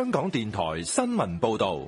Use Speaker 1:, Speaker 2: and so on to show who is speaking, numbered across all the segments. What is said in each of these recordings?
Speaker 1: 香港電台新聞報道。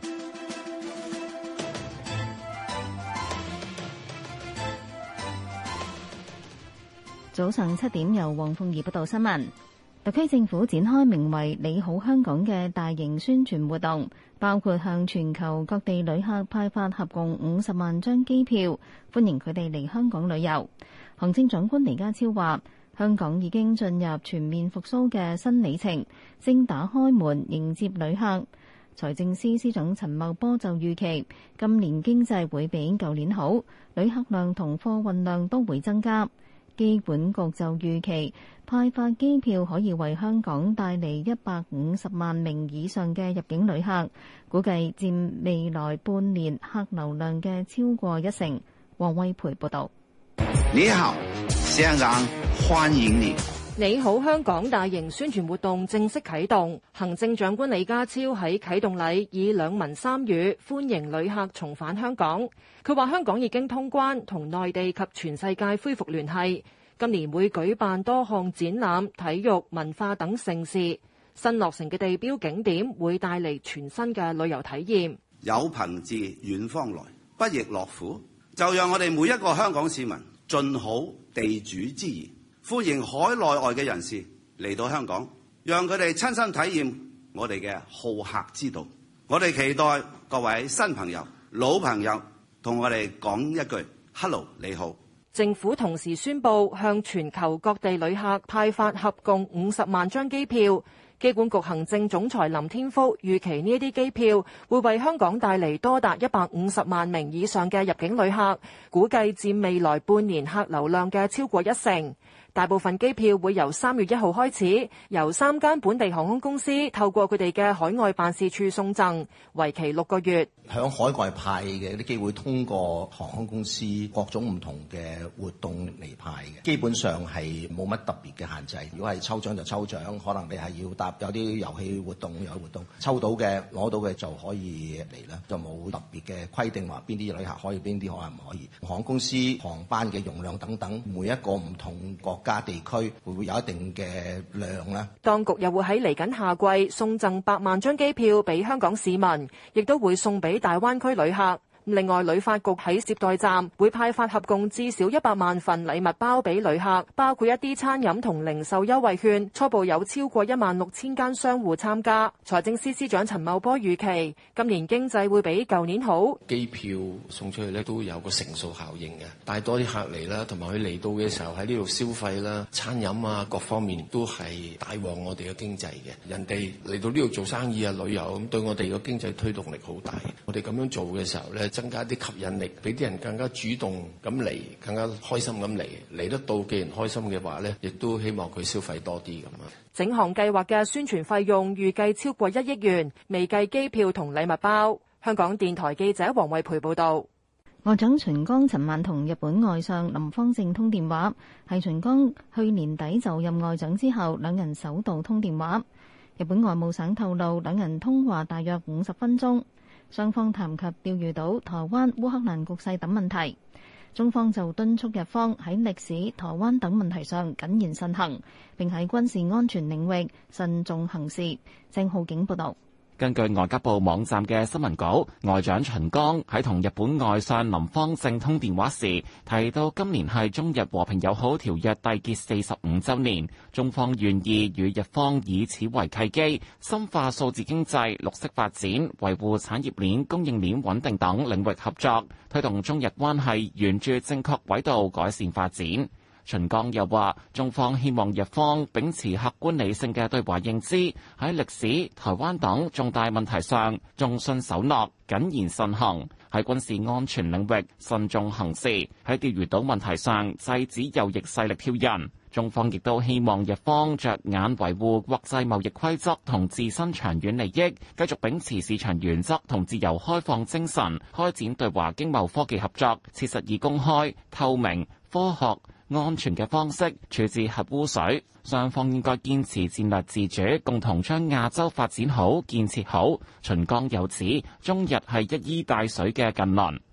Speaker 2: 早上7點，由黃鳳儀報道新聞。特區政府展開名為「你好香港」嘅大型宣傳活動，包括向全球各地旅客派發合共50萬張機票，歡迎佢哋嚟香港旅遊。行政長官李家超話，香港已經進入全面復甦嘅新里程，正打開門迎接旅客。財政司司長陳茂波就預期今年經濟會比舊年好，旅客量同貨運量都會增加。機管局就預期派發機票可以為香港帶嚟150萬名以上嘅入境旅客，估計佔未來半年客流量嘅超過1成。黃惠培報導。
Speaker 3: 你好，香港，歡迎你。
Speaker 4: 你好香港大型宣傳活動正式啟動，行政長官李家超喺啟動禮以兩文三語歡迎旅客重返香港。佢話香港已經通關，同內地及全世界恢復聯繫，今年會舉辦多項展覽、體育、文化等盛事，新落成嘅地標景點會帶嚟全新嘅旅遊體驗。
Speaker 3: 有朋自遠方來，不亦樂乎？就讓我哋每一個香港市民盡好地主之誼，歡迎海內外嘅人士嚟到香港，讓佢哋親身體驗我哋嘅好客之道。我哋期待各位新朋友、老朋友同我哋講一句 Hello 你好。
Speaker 4: 政府同時宣布向全球各地旅客派發合共50萬張機票。機管局行政總裁林天福預期呢一啲機票會為香港帶嚟多達150萬名以上嘅入境旅客，估計佔未來半年客流量嘅超過1成。大部分機票會由3月1號開始，由3間本地航空公司透過佢哋嘅海外辦事處送贈，為期6個月。
Speaker 5: 響海外派嘅啲機會通過航空公司各種唔同嘅活動嚟派嘅，基本上係冇乜特別嘅限制。如果係抽獎就抽獎，可能你係要搭有啲遊戲活動有活動，抽到嘅攞到嘅就可以嚟啦，就冇特別嘅規定話邊啲旅客可以，邊啲可能唔可以。航空公司航班嘅容量等等，每一個唔同國家地區會有一定嘅量啦。
Speaker 4: 當局又會喺嚟緊夏季送贈100萬張機票俾香港市民，亦都會送俾大灣區旅客。另外，旅發局喺接待站會派發合共至少100萬份禮物包俾旅客，包括一啲餐飲同零售優惠券。初步有超過16000間商戶參加。財政司司長陳茂波預期今年經濟會比舊年好。
Speaker 6: 機票送出去咧都有個乘數效應嘅，帶多啲客嚟啦，同埋佢嚟到嘅時候喺呢度消費啦、餐飲啊各方面都係帶旺我哋嘅經濟嘅。人哋嚟到呢度做生意啊、旅遊咁，對我哋嘅經濟推動力好大。我哋咁樣做嘅時候咧，增加啲吸引力，俾啲人更加主動咁嚟，更加開心咁嚟得到。既然開心嘅話呢，亦都希望佢消費多啲咁啊。
Speaker 4: 整項計劃嘅宣傳費用預計超過1億元，未計機票同禮物包。香港電台記者黃惠培報導。
Speaker 2: 外長秦剛尋晚同日本外相林芳正通電話，係秦剛去年底就任外長之後，兩人首度通電話。日本外務省透露，兩人通話大約50分鐘。雙方談及釣魚島、台灣、烏克蘭局勢等問題，中方就敦促日方喺歷史、台灣等問題上謹言慎行，並喺軍事安全領域慎重行事。鄭浩景報導。
Speaker 7: 根據外交部網站嘅新聞稿，外長秦剛喺同日本外相林芳正通電話時提到，今年係中日和平友好條約締結45週年，中方願意與日方以此為契機，深化數字經濟、綠色發展、維護產業鏈、供應鏈穩定等領域合作，推動中日關係沿住正確軌道改善發展。秦剛又話，中方希望日方秉持客觀理性嘅對華認知，喺歷史、台灣等重大問題上重信守諾、謹言慎行；喺軍事安全領域慎重行事；喺釣魚島問題上制止右翼勢力挑釁。中方亦都希望日方着眼維護國際貿易規則同自身長遠利益，繼續秉持市場原則同自由開放精神，開展對華經貿科技合作，切實以公開、透明、科學、安全嘅方式處置核污水。雙方應該堅持戰略自主，共同將亞洲發展好、建設好。秦剛又指，中日係一衣帶水嘅近鄰。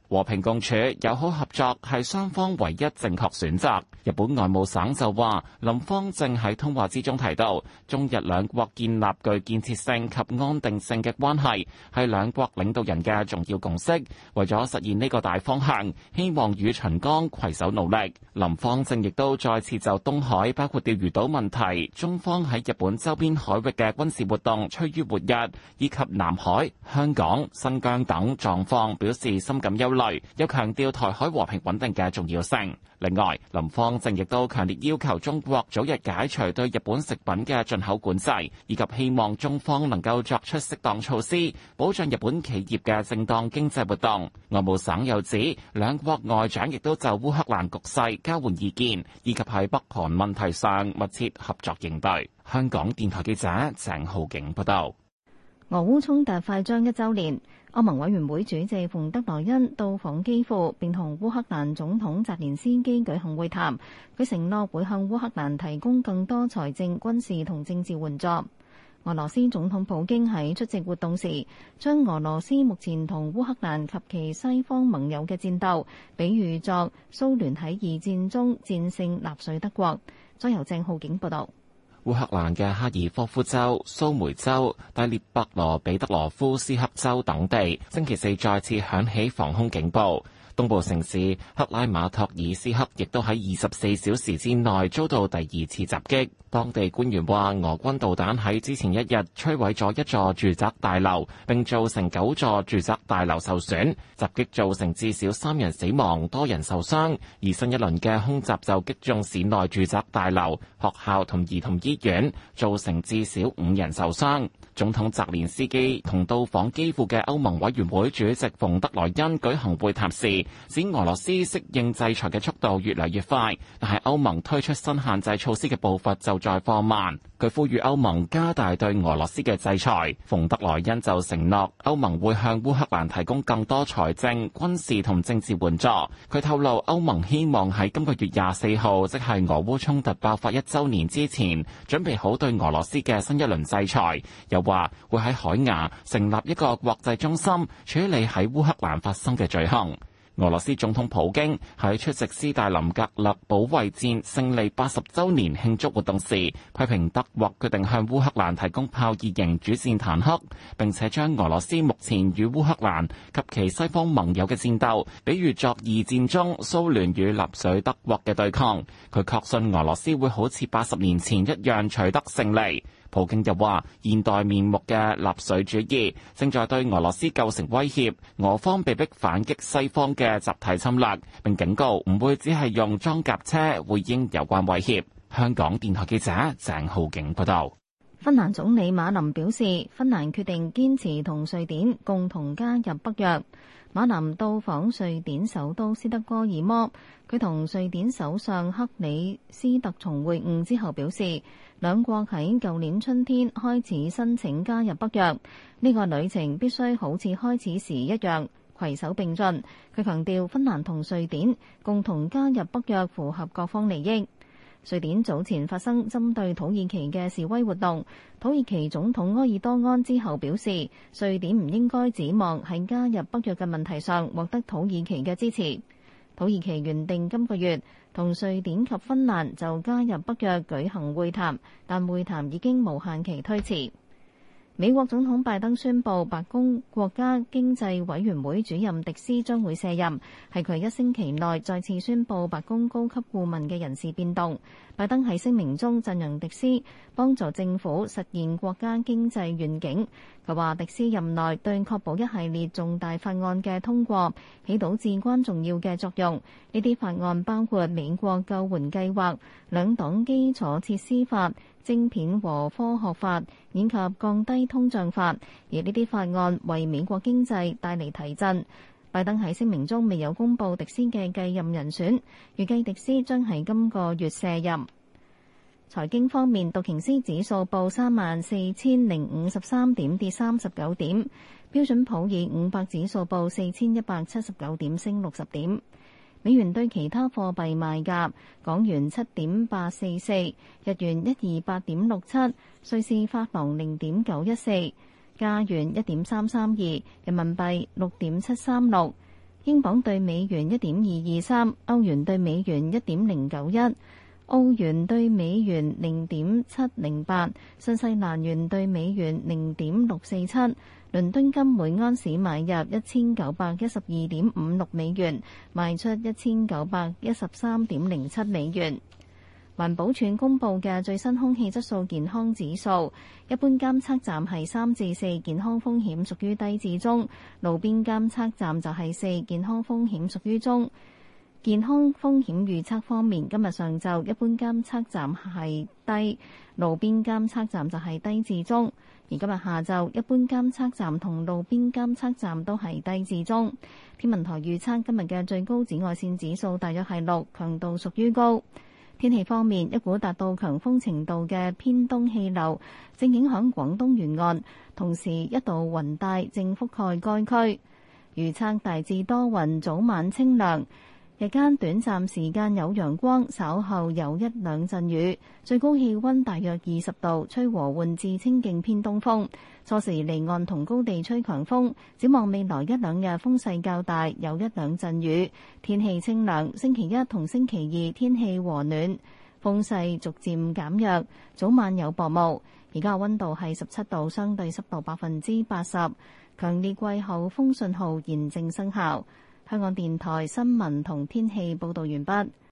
Speaker 7: 和平共處、友好合作係雙方唯一正確選擇。日本外務省就話，林芳正喺通話之中提到，中日兩國建立具建設性及安定性嘅關係係兩國領導人嘅重要共識。為咗實現呢個大方向，希望與秦剛攜手努力。林芳正亦都再次就東海包括釣魚島問題、中方喺日本周邊海域嘅軍事活動趨於活躍，以及南海、香港、新疆等狀況表示深感憂慮，又強調台海和平穩定嘅重要性。另外，林芳正亦都強烈要求中國早日解除對日本食品嘅進口管制，以及希望中方能夠作出適當措施，保障日本企業嘅正當經濟活動。外務省又指，兩國外長亦都就烏克蘭局勢交換意見，以及喺北韓問題上密切合作應對。香港電台記者鄭浩景報道。
Speaker 2: 俄烏衝突快將1週年，歐盟委員會主席馮德萊恩到訪基輔，並同烏克蘭總統澤連斯基舉行會談。佢承諾會向烏克蘭提供更多財政、軍事同政治援助。俄羅斯總統普京喺出席活動時，將俄羅斯目前同烏克蘭及其西方盟友嘅戰鬥，比喻作蘇聯喺二戰中戰勝納粹德國。再由鄭浩景報道。
Speaker 7: 烏克蘭嘅哈爾科夫州、蘇梅州、大列伯羅彼得羅夫斯克州等地，星期四再次響起防空警報。東部城市克拉馬托爾斯克亦都喺24小時之內遭到第二次襲擊。當地官員話，俄軍導彈喺之前一日摧毀咗一座住宅大樓，並造成9座住宅大樓受損。襲擊造成至少3人死亡，多人受傷。而新一輪嘅空襲就擊中市內住宅大樓、學校同兒童醫院，造成至少5人受傷。總統澤連斯基同到訪基輔嘅歐盟委員會主席馮德萊恩舉行會談時，指俄羅斯適應制裁嘅速度越嚟越快，但係歐盟推出新限制措施嘅步伐就在放慢。佢呼籲歐盟加大對俄羅斯嘅制裁。馮德萊恩就承諾歐盟會向烏克蘭提供更多財政、軍事同政治援助。佢透露歐盟希望喺今個月24號，即係俄烏衝突爆發1週年之前，準備好對俄羅斯嘅新一輪制裁。又話會喺海牙成立一個國際中心，處理喺烏克蘭發生嘅罪行。俄羅斯總統普京喺出席斯大林格勒保衛戰勝利80週年慶祝活動時，批評德國決定向烏克蘭提供豹二型主戰坦克，並且將俄羅斯目前與烏克蘭及其西方盟友嘅戰鬥，比喻作二戰中蘇聯與納粹德國嘅對抗。佢確信俄羅斯會好似80年前一樣取得勝利。普京又話，現代面目嘅納粹主義正在對俄羅斯構成威脅，俄方被迫反擊西方嘅集體侵略，並警告唔會只係用裝甲車回應有關威脅。香港電台記者鄭浩景報道。
Speaker 2: 芬蘭總理馬林表示，芬蘭決定堅持同瑞典共同加入北約。馬林到訪瑞典首都斯德哥爾摩，佢同瑞典首相克里斯特松會晤之後表示，兩國喺舊年春天開始申請加入北約，呢個旅程必須好似開始時一樣攜手並進。佢強調芬蘭同瑞典共同加入北約符合各方利益。瑞典早前發生針對土耳其嘅示威活動，土耳其總統埃爾多安之後表示，瑞典唔應該指望喺加入北約嘅問題上獲得土耳其嘅支持。土耳其原定今個月同瑞典及芬蘭就加入北約舉行會談，但會談已經無限期推遲。美國總統拜登宣布，白宮國家經濟委員會主任迪斯將會卸任，係佢1星期內再次宣布白宮高級顧問嘅人事變動。拜登喺聲明中讚揚迪斯幫助政府實現國家經濟願景。佢話迪斯任內對確保一系列重大法案嘅通過起到至關重要嘅作用。呢啲法案包括美國救援計劃、兩黨基礎設施法、晶片和科學法以及降低通脹法，而呢啲法案為美國經濟帶嚟提振。拜登喺聲明中未有公布迪斯嘅繼任人選，預計迪斯將喺今個月卸任。財經方面，道瓊斯指數報34,053點，跌39點；標準普爾500指數報4,179點，升60點。美元對其他貨幣賣價：港元7.844，日元128.67，瑞士法郎0.914，加元1.332，人民幣6.736， 英鎊對美元1.223，歐元對美元1.091，澳元對美元0.708，新西蘭元對美元0.647。倫敦金每安士買入1912.56美元，賣出1913.07美元。環保署公布嘅最新空氣質素健康指數，一般監測站係3至4，健康風險屬於低至中；路邊監測站就係4，健康風險屬於中。健康風險預測方面，今日上晝一般監測站係低，路邊監測站就係低至中。而今日下晝，一般監測站同路邊監測站都係低至中。天文台預測今日嘅最高紫外線指數大約係6，強度屬於高。天氣方面，一股達到強風程度嘅偏東氣流正影響廣東沿岸，同時一道雲帶正覆蓋該區。預測大致多雲，早晚清涼。日間短暫時間有陽光，稍後有一兩陣雨，最高氣溫大約20度，吹和緩至清勁偏東風。初時離岸同高地吹強風，展望未來一兩日風勢較大，有一兩陣雨，天氣清涼。星期一同星期二天氣和暖，風勢逐漸減弱，早晚有薄霧。而家溫度係17度，相對濕度80%，強烈季候風信號現正生效。香港電台新聞同天氣報導完畢。